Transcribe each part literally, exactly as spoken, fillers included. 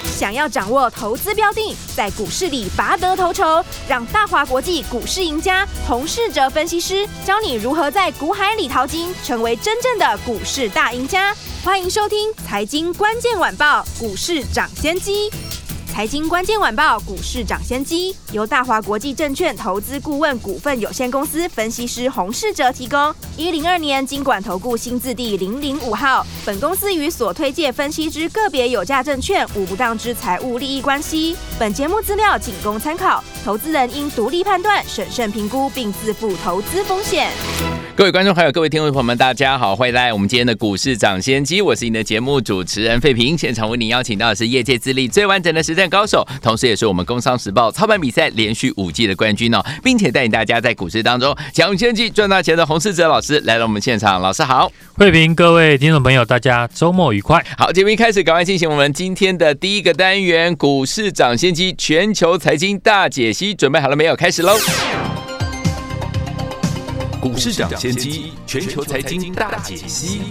想要掌握投资标的，在股市里拔得头筹，让大华国际股市赢家洪士哲分析师教你如何在股海里淘金，成为真正的股市大赢家。欢迎收听财经关键晚报股市涨先机。财经关键晚报股市涨先机由大华国际证券投资顾问股份有限公司分析师洪士哲提供。一零二年金管投顾新字第零零五号。本公司与所推介分析之个别有价证券无不当之财务利益关系。本节目资料仅供参考，投资人应独立判断、审慎评估，并自负投资风险。 各位观众还有各位听众朋友们，大家好，欢迎来到我们今天的股市涨先机，我是你的节目主持人费平。现场为您邀请到的是业界资历最完整的实战高手，同时也是我们工商时报操盘比赛连续五季的冠军哦，并且带领大家在股市当中抢先机赚大钱的洪士哲老师来到我们现场。老师好。 费平，各位听众朋友，大家周末愉快。 好，节目一开始赶快进行我们今天的第一个单元股市涨先机全球财经大解析，准备好了没有？开始喽。股市涨先机，全球财经大解析。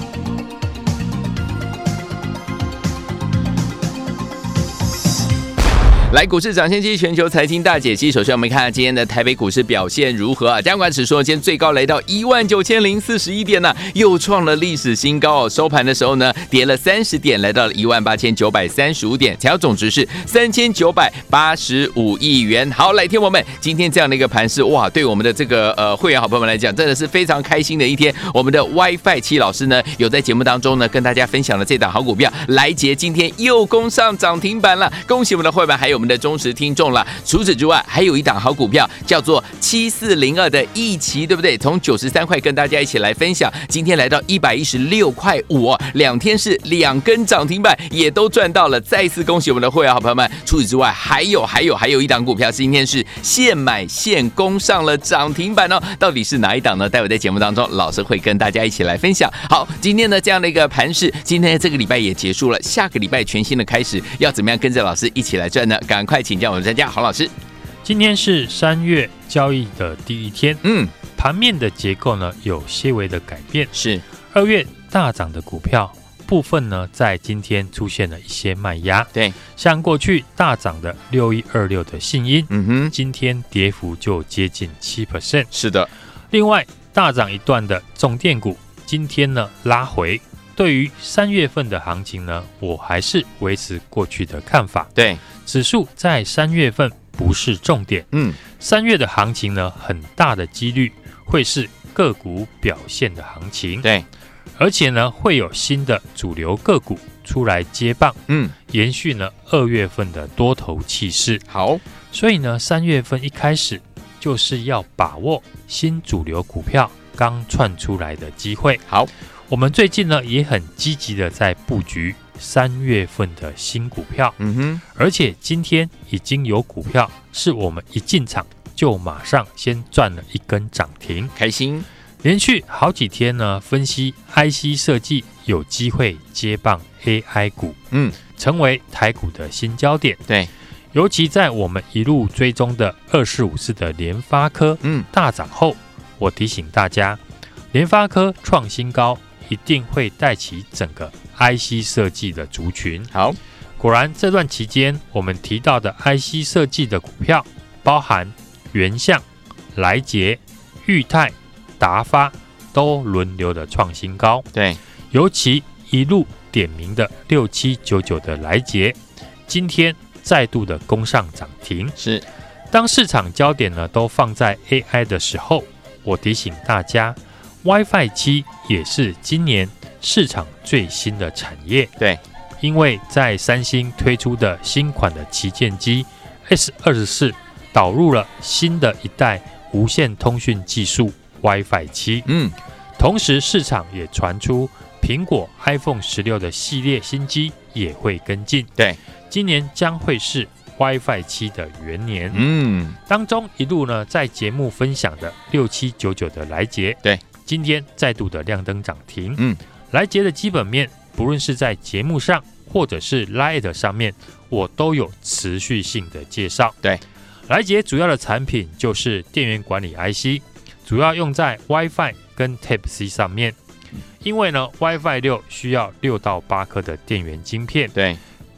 来，股市涨先机全球财经大解析。首先，我们看今天的台北股市表现如何啊？加权指数今天最高来到一万九千零四十一点呢、啊，又创了历史新高哦。收盘的时候呢，跌了三十点，来到了一万八千九百三十五点，成交总值是三千九百八十五亿元。好，来，听我们今天这样的一个盘势，哇，对我们的这个呃会员好朋友们来讲，真的是非常开心的一天。我们的 WiFi 七老师呢，有在节目当中呢跟大家分享了这档好股票，来捷今天又攻上涨停板了，恭喜我们的会员还有我们的忠实听众了。除此之外，还有一档好股票叫做七四零二的一期，对不对？从九十三块跟大家一起来分享，今天来到一百一十六块五、哦，两天是两根涨停板，也都赚到了。再次恭喜我们的会员好朋友们。除此之外，还有还有还有一档股票，今天是现买现攻上了涨停板哦。到底是哪一档呢？待会在节目当中，老师会跟大家一起来分享。好，今天呢这样的一个盘势，今天这个礼拜也结束了，下个礼拜全新的开始，要怎么样跟着老师一起来赚呢？赶快请教我们专家洪老师。 今天是三月交易的第一天，嗯，盘面的结构呢有些微的改变。 是二月大涨的股票部分呢，在今天出现了一些卖压。 对， 像过去大涨的六一二六的信音， 嗯哼， 今天跌幅就接近 百分之七。 是的， 另外大涨一段的重电股，今天呢拉回。对于三月份的行情呢，我还是维持过去的看法。 对， 指数在三月份不是重点，嗯，三月的行情呢，很大的几率会是个股表现的行情。 对， 而且呢，会有新的主流个股出来接棒，嗯，延续呢二月份的多头气势。 好， 所以呢，三月份一开始就是要把握新主流股票刚窜出来的机会。 好。 我们最近呢也很积极的在布局三月份的新股票，嗯哼，而且今天已经有股票是我们一进场就马上先赚了一根涨停， 开心。 连续好几天呢分析 I C 设计有机会接棒 A I 股，嗯，成为台股的新焦点。 对， 尤其在我们一路追踪的二四五四的联发科，嗯，大涨后，我提醒大家，联发科创新高。一定会带起整个 I C 设计的族群。 好， 果然这段期间我们提到的 I C 设计的股票，包含原相、来捷、裕泰、达发，都轮流的创新高。 对， 尤其一路点名的六七九九的来捷，今天再度的攻上涨停。 是， 当市场焦点呢都放在 A I 的时候，我提醒大家。WiFi 七也是今年市场最新的产业， 对， 因为在三星推出的新款的旗舰机 S 二十四 导入了新的一代无线通讯技术 WiFi 七，嗯，同时市场也传出苹果 iPhone 十六的系列新机也会跟进， 对， 今年将会是 WiFi 七的元年， 嗯， 当中一路呢在节目分享的六七九九的来捷， 对。 今天再度的亮灯涨停， 嗯， 来捷的基本面，不论是在节目上或者是 Line 上面，我都有持续性的介绍。 对， 来捷主要的产品就是电源管理 I C， 主要用在 WiFi 跟 Type C 上面。因为呢 WiFi 六需要六到八颗的电源晶片， 对，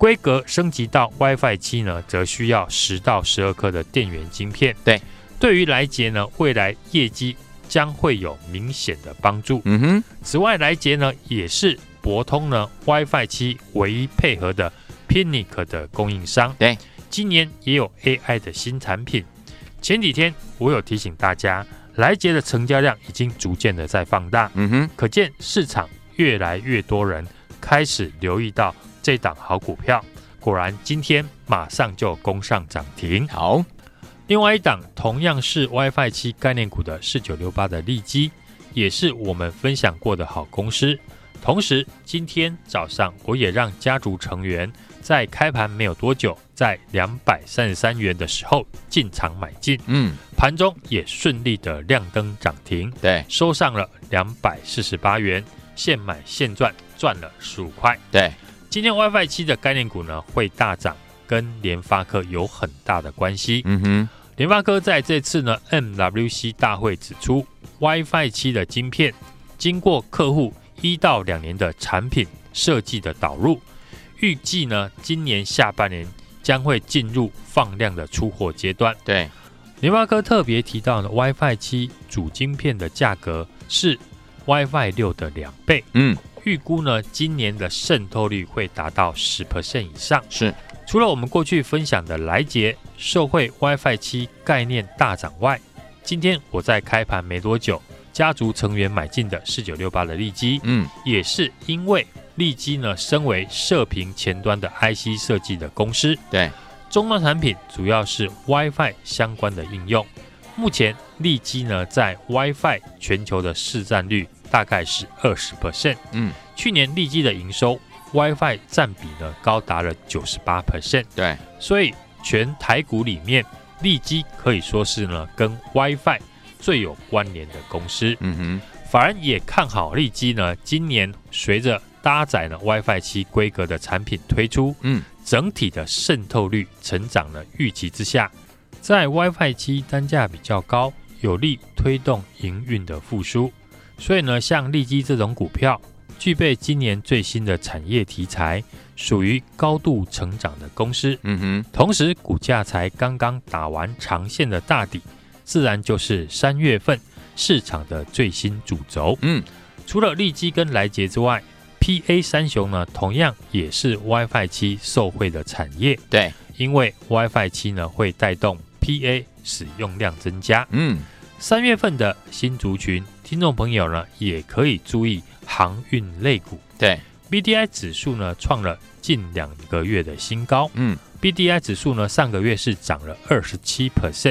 规格升级到 WiFi 七呢，则需要十到十二颗的电源晶片。 对， 对于来捷呢，未来业绩将会有明显的帮助。 嗯哼， 此外，来捷呢也是博通呢 WiFi 七唯一配合的 P I N I C 的供应商。 对， 今年也有 A I 的新产品。前几天我有提醒大家，来捷的成交量已经逐渐的在放大。 嗯哼， 可见市场越来越多人开始留意到这档好股票。果然，今天马上就攻上涨停。 好。 另外一档同样是 WiFi 七概念股的四九六八的利基，也是我们分享过的好公司。同时，今天早上我也让家族成员在开盘没有多久，在两百三十三元的时候进场买进， 嗯， 盘中也顺利的亮灯涨停， 对， 收上了两百四十八元，现买现赚，赚了十五块。 对， 今天 WiFi 七的概念股呢会大涨，跟联发科有很大的关系。 嗯哼， 联发科在这次呢 M W C 大会指出 ，WiFi 七的晶片经过客户一到两年的产品设计的导入，预计呢今年下半年将会进入放量的出货阶段。 对， 联发科特別提到呢 WiFi 七主晶片的價格是 WiFi 六的兩倍， 嗯， 預估呢今年的滲透率會達到 百分之十 以上。 是， 除了我們過去分享的來捷受惠 WiFi 七概念大漲外，今天我在開盤沒多久，家族成員買進的四九六八的利基， 嗯， 也是因為利基呢身為射頻前端的 I C 設計的公司， 對， 終端產品主要是 WiFi 相關的應用。目前利基呢在 WiFi 全球的市佔率大概是 百分之二十， 嗯， 去年利基的營收 WiFi 佔比呢高達了 百分之九十八， 對， 所以全台股裡面利基可以說是呢跟 WiFi 最有關聯的公司。 嗯哼， 法人也看好利基呢今年隨着搭載呢 WiFi 七規格的產品推出， 嗯， 整體的滲透率成長了預期之下，在 WiFi 七單價比較高，有利推動營運的復甦。所以呢，像利基這種股票，具備今年最新的產業題材，屬於高度成長的公司。 嗯哼， 同時股價才剛剛打完長線的大底，自然就是三月份市場的最新主軸。 嗯， 除了利基跟來捷之外， P A 三雄呢，同樣也是 WiFi 七受惠的產業。 對， 因為 WiFi 七呢會帶動 P A 使用量增加。 嗯， 三月份的新族群，聽眾朋友呢也可以注意航運類股。 對 B D I 指數呢創了近兩個月的新高。 嗯 B D I 指數呢上個月是漲了 百分之二十七，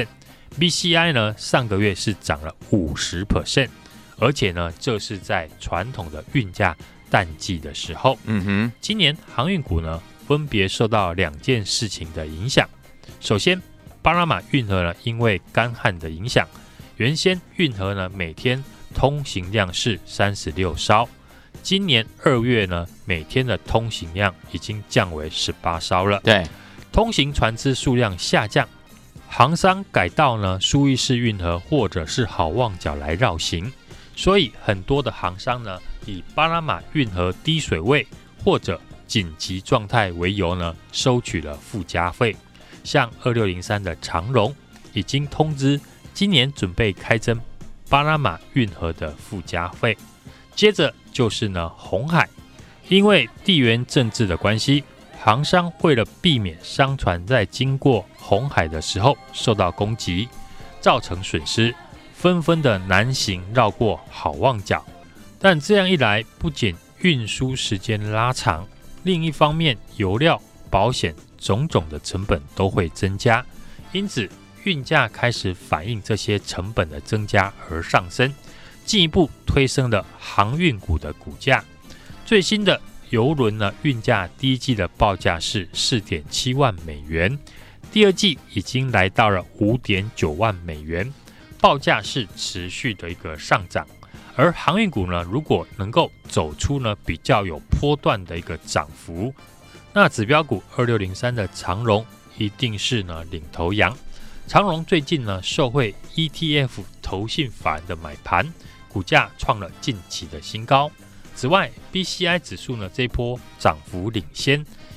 B C I 呢上個月是漲了 百分之五十， 而且呢這是在傳統的運價淡季的時候。 嗯哼， 今年航運股呢分別受到兩件事情的影響。首先，巴拿馬運河呢因為乾旱的影響，原先運河呢每天通行量是三十六艘，今年二月呢每天的通行量已經降為十八艘了。 對， 通行船隻數量下降，航商改道呢蘇伊士運河或者是好望角來繞行，所以很多的航商呢以巴拿馬運河低水位或者緊急狀態為由呢，收取了附加費。像二六零三的長榮已經通知今年準備開徵巴拿馬運河的附加費。接着就是呢鴻海，因為地緣政治的關係，航商為了避免商船在經過鴻海的時候受到攻擊，造成損失，紛紛的南行繞過好望角。但這樣一來，不僅運輸時間拉長，另一方面油料、保險種種的成本都會增加，因此運價開始反映這些成本的增加而上升，進一步推升了航運股的股價。最新的郵輪呢，運價第一季的報價是 四點七萬美元，第二季已經來到了 五點九萬美元，報價是持續的一個上漲。而航運股呢，如果能夠走出呢比較有波段的一個漲幅，那指標股二六零三的長榮一定是呢領頭羊。長榮最近呢受惠 E T F 投信法人的買盤，股價創了近期的新高。此外 B C I 指數呢這波漲幅領先，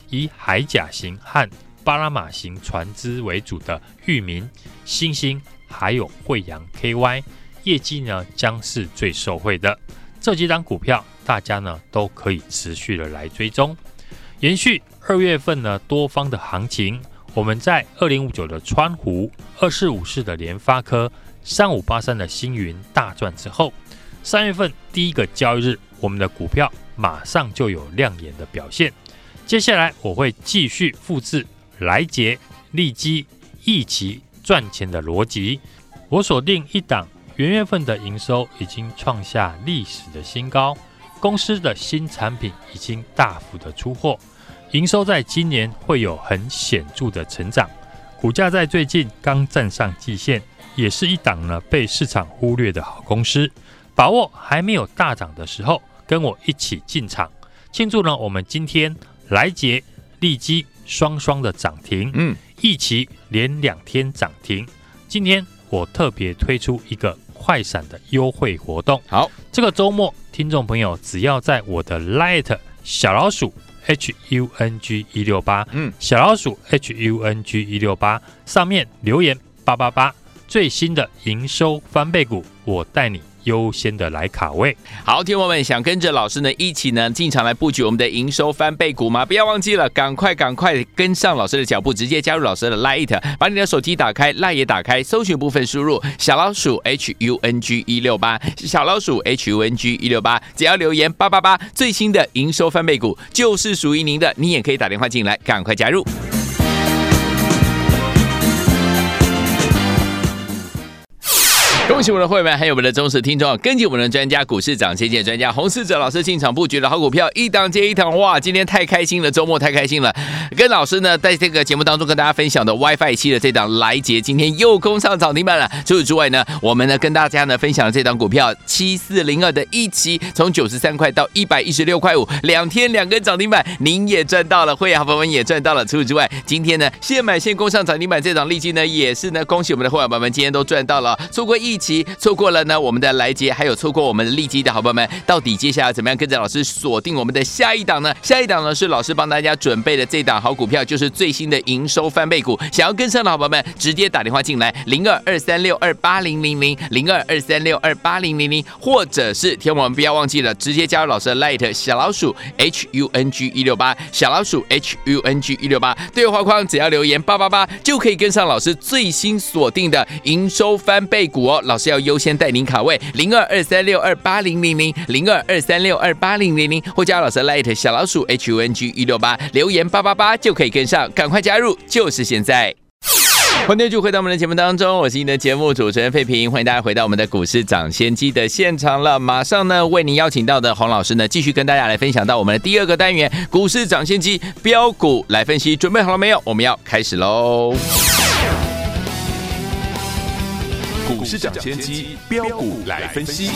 以海甲型和巴拿马型船只为主的裕民、新兴还有惠阳 K Y 业绩呢将是最受惠的。这几档股票大家呢都可以持续的来追踪。延续二月份呢多方的行情，我们在二零五九的川湖、二四五四的联发科、三五八三的星云大赚之后，三月份第一个交易日，我们的股票马上就有亮眼的表现。接下来我会继续复制来捷、利基、易奇赚钱的逻辑，我锁定一档元月份的营收已经创下历史的新高，公司的新产品已经大幅的出货，营收在今年会有很显著的成长，股价在最近刚站上季线，也是一档呢被市场忽略的好公司。把握还没有大涨的时候，跟我一起进场，庆祝呢我们今天来捷、利基双双的涨停，嗯，易奇连两天涨停。今天我特别推出一个快闪的优惠活动，好，这个周末听众朋友只要在我的 Light 小老鼠 H U N G 一六八，嗯，小老鼠 H U N G 一六八上面留言八八八，最新的营收翻倍股，我带你优先的来卡位。 好，听众们想跟着老师呢一起呢进场来布局我们的营收翻倍股吗？不要忘记了，赶快赶快跟上老师的脚步，直接加入老师的 Light， 把你的手机打开 ，Light 也打开，搜寻部分输入小老鼠 H U N G 一六八， 小老鼠 H U N G 一六八， 只要留言八八八，最新的营收翻倍股就是属于您的，你也可以打电话进来，赶快加入。恭喜我们的会员还有我们的忠实听众，跟紧我们的专家股市涨先见专家洪士哲老师进场布局的好股票，一档接一档，哇！今天太开心了，周末太开心了。跟老师呢，在这个节目当中跟大家分享的 WiFi 七的这档来捷，今天又攻上涨停板了。除此之外呢，我们呢跟大家呢分享的这档股票七四零二的一期，从九十三块到一百一十六块五，两天两根涨停板，您也赚到了，会员好朋友们也赚到了。除此之外，今天呢现买现攻上涨停板，这档利基呢也是呢，恭喜我们的会员朋友们今天都赚到了。错过一期，错过了呢我们的来捷，还有错过我们的利基的好朋友们，到底接下来怎么样跟着老师锁定我们的下一档呢？下一档呢是老师帮大家准备的这档好股票，就是最新的营收翻倍股。想要跟上的好朋友们，直接打电话进来零二二三六二八零零零零二二三六二八零零零，或者是天我们不要忘记了，直接加入老师的 Light 小老鼠 H U N G 一六八， 小老鼠 H U N G 一六八， 对话框只要留言八八八就可以跟上老师最新锁定的营收翻倍股哦。老师要优先带您卡位零二二三六二八零零零零二二三六二八零零零，或加老师 Light 小老鼠 H U N G 一六八，留言八八八就可以跟上，赶快加入，就是现在。欢迎继续回到我们的节目当中，我是您的节目主持人费平，欢迎大家回到我们的股市涨先机的现场了。马上呢为您邀请到的洪老师呢，继续跟大家来分享到我们的第二个单元股市涨先机标股来分析，准备好了没有？我们要开始喽！ 股市涨先机标股来分析。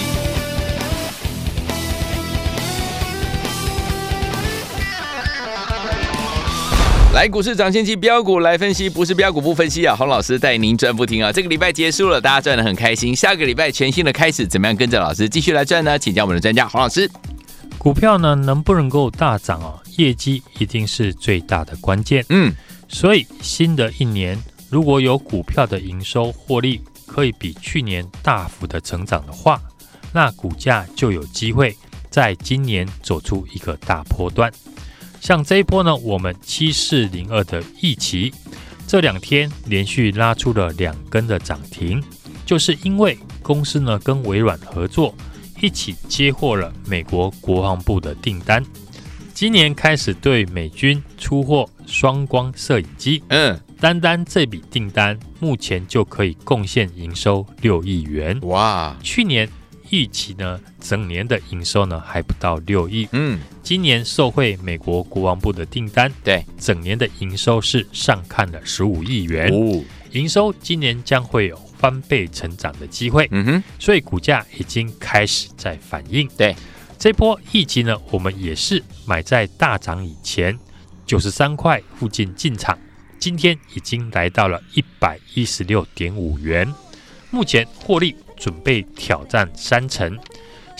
来，股市涨先机标股来分析，不是标股不分析啊！洪老师带您赚不停啊！这个礼拜结束了，大家赚得很开心。下个礼拜全新的开始，怎么样跟着老师继续来赚呢？请教我们的专家洪老师。 股票呢能不能够大涨哦？业绩一定是最大的关键。嗯，所以新的一年如果有股票的营收获利可以比去年大幅的成长的话，那股价就有机会在今年走出一个大波段。像这一波呢，我们七四零二的易奇这两天连续拉出了两根的涨停，就是因为公司呢跟微软合作，一起接获了美国国防部的订单，今年开始对美军出货双光摄影机。嗯，单单这笔订单目前就可以贡献营收六亿元。哇！去年预期呢，整年的营收呢还不到六亿。嗯，今年受惠美国国防部的订单，对，整年的营收是上看了十五亿元。哦，营收今年将会有翻倍成长的机会。嗯哼，所以股价已经开始在反应。对，这波易奇呢，我们也是买在大涨以前九十三块附近进场，今天已经来到了一百一十六点五元，目前获利准备挑战三成。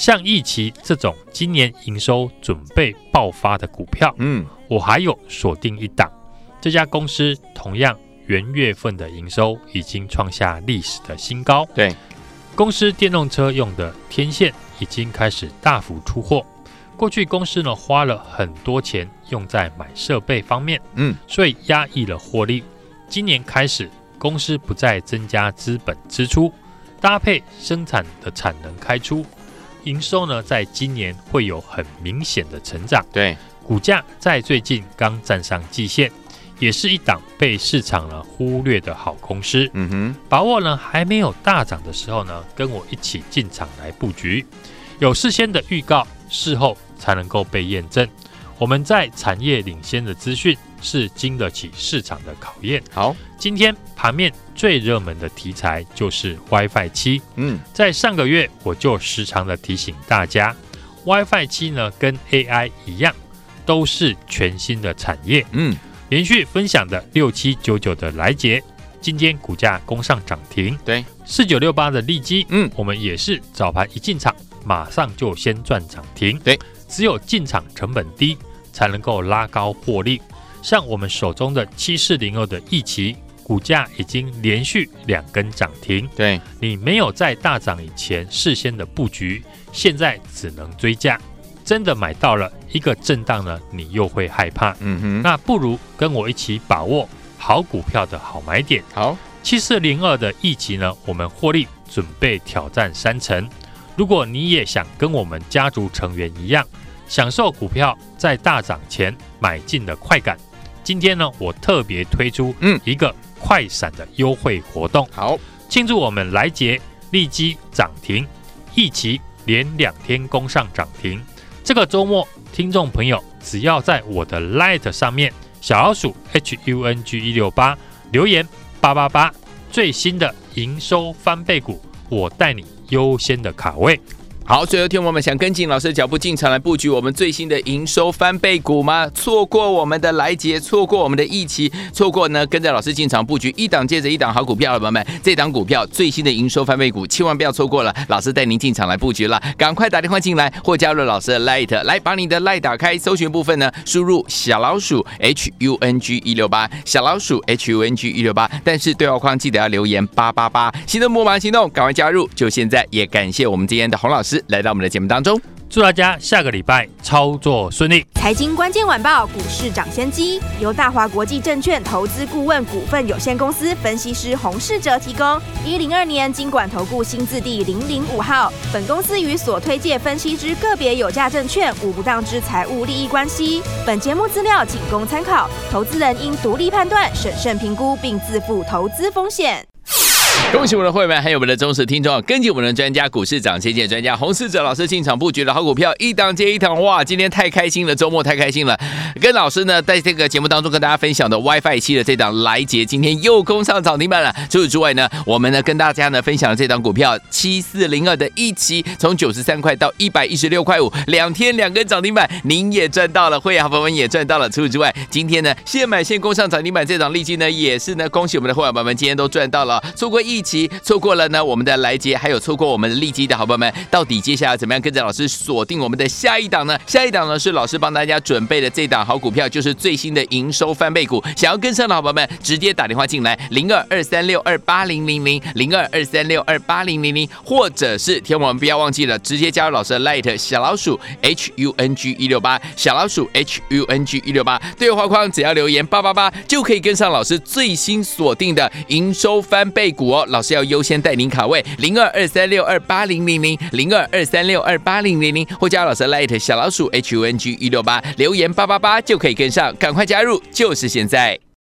像易奇这种今年营收准备爆发的股票，嗯，我还有锁定一档，这家公司同样元月份的营收已经创下历史的新高。 对， 公司电动车用的天线已经开始大幅出货。过去公司呢花了很多钱用在买设备方面，嗯，所以压抑了获利。今年开始，公司不再增加资本支出，搭配生产的产能开出，营收呢在今年会有很明显的成长。 对， 股价在最近刚站上季线，也是一档被市场呢忽略的好公司。嗯哼，把握呢还没有大涨的时候呢，跟我一起进场来布局。有事先的预告，事后才能够被验证。我们在产业领先的资讯是经得起市场的考验。 好， 今天盘面最热门的题材就是 WiFi 七。嗯，在上个月我就时常的提醒大家 ，WiFi 七呢跟 A I 一样，都是全新的产业。嗯，连续分享的六七九九的来捷，今天股价攻上涨停。 对， 四九六八的利基，嗯，我们也是早盘一进场，马上就先赚涨停。 对， 只有进场成本低，才能够拉高获利。像我们手中的七四零二的易奇，股价已经连续两根涨停。 对， 你没有在大涨以前事先的布局，现在只能追价。真的买到了一个震荡呢，你又会害怕。嗯哼，那不如跟我一起把握好股票的好买点。 好， 七四零二的易奇呢，我们获利准备挑战三成。如果你也想跟我们家族成员一样，享受股票在大涨前买进的快感，今天呢，我特别推出一个快闪的优惠活动。 好， 庆祝我们来捷、利基涨停，易奇连两天攻上涨停。这个周末，听众朋友只要在我的 Light 上面小老鼠 H U N G 一六八留言八八八，最新的营收翻倍股，我带你优先的卡位。 好，最后天我们想跟紧老师的脚步进场来布局我们最新的营收翻倍股吗？错过我们的来捷，错过我们的易奇，错过呢跟着老师进场布局一档接着一档好股票，朋友们，这档股票最新的营收翻倍股千万不要错过了，老师带您进场来布局了，赶快打电话进来或加入老师的 Light， 来把你的 Light 打开，搜寻部分呢输入小老鼠 H U N G 一六八， 小老鼠 H U N G 一六八， 但是对话框记得要留言八八八，行动不忙行动，赶快加入，就现在！也感谢我们今天的洪老师来到我们的节目当中， 祝大家下个礼拜操作顺利。 财经关键晚报股市涨先机由大华国际证券投资顾问股份有限公司分析师洪士哲提供。一零二年金管投顾新字第零零五号。本公司与所推介分析之个别有价证券无不当之财务利益关系。本节目资料仅供参考，投资人应独立判断、审慎评估，并自负投资风险。 恭喜我们的会员，还有我们的忠实听众，跟紧我们的专家股市涨先见专家洪士哲老师进场布局的好股票，一档接一档，哇！今天太开心了，周末太开心了。跟老师呢，在这个节目当中跟大家分享的 WiFi 七的这档来捷，今天又攻上涨停板了。除此之外呢，我们呢跟大家呢分享的这档股票七四零二的易奇，从九十三块到一百一十六块五，两天两根涨停板，您也赚到了，会员好朋友们也赚到了。除此之外，今天呢现买现攻上涨停板这档利基呢，也是呢恭喜我们的会员朋友们今天都赚到了。错过易奇，错过了呢我们的来捷，还有错过我们的利基的好朋友们，到底接下来怎么样跟着老师锁定我们的下一档呢？下一档呢是老师帮大家准备的这档好股票，就是最新的营收翻倍股。想要跟上的好朋友们，直接打电话进来零二二三六二八零零零零二二三六二八零零零，或者是天我们不要忘记了，直接加入老师的 Light 小老鼠 H U N G 一六八，小老鼠 H U N G 一六八，对话框只要留言八八八就可以跟上老师最新锁定的营收翻倍股哦。老师要优先带您卡位零二二三六二八零零零零二二三六二八零零零，或加老师 Light 小老鼠 H U N G 一六八，留言八八八就可以跟上，赶快加入，就是现在。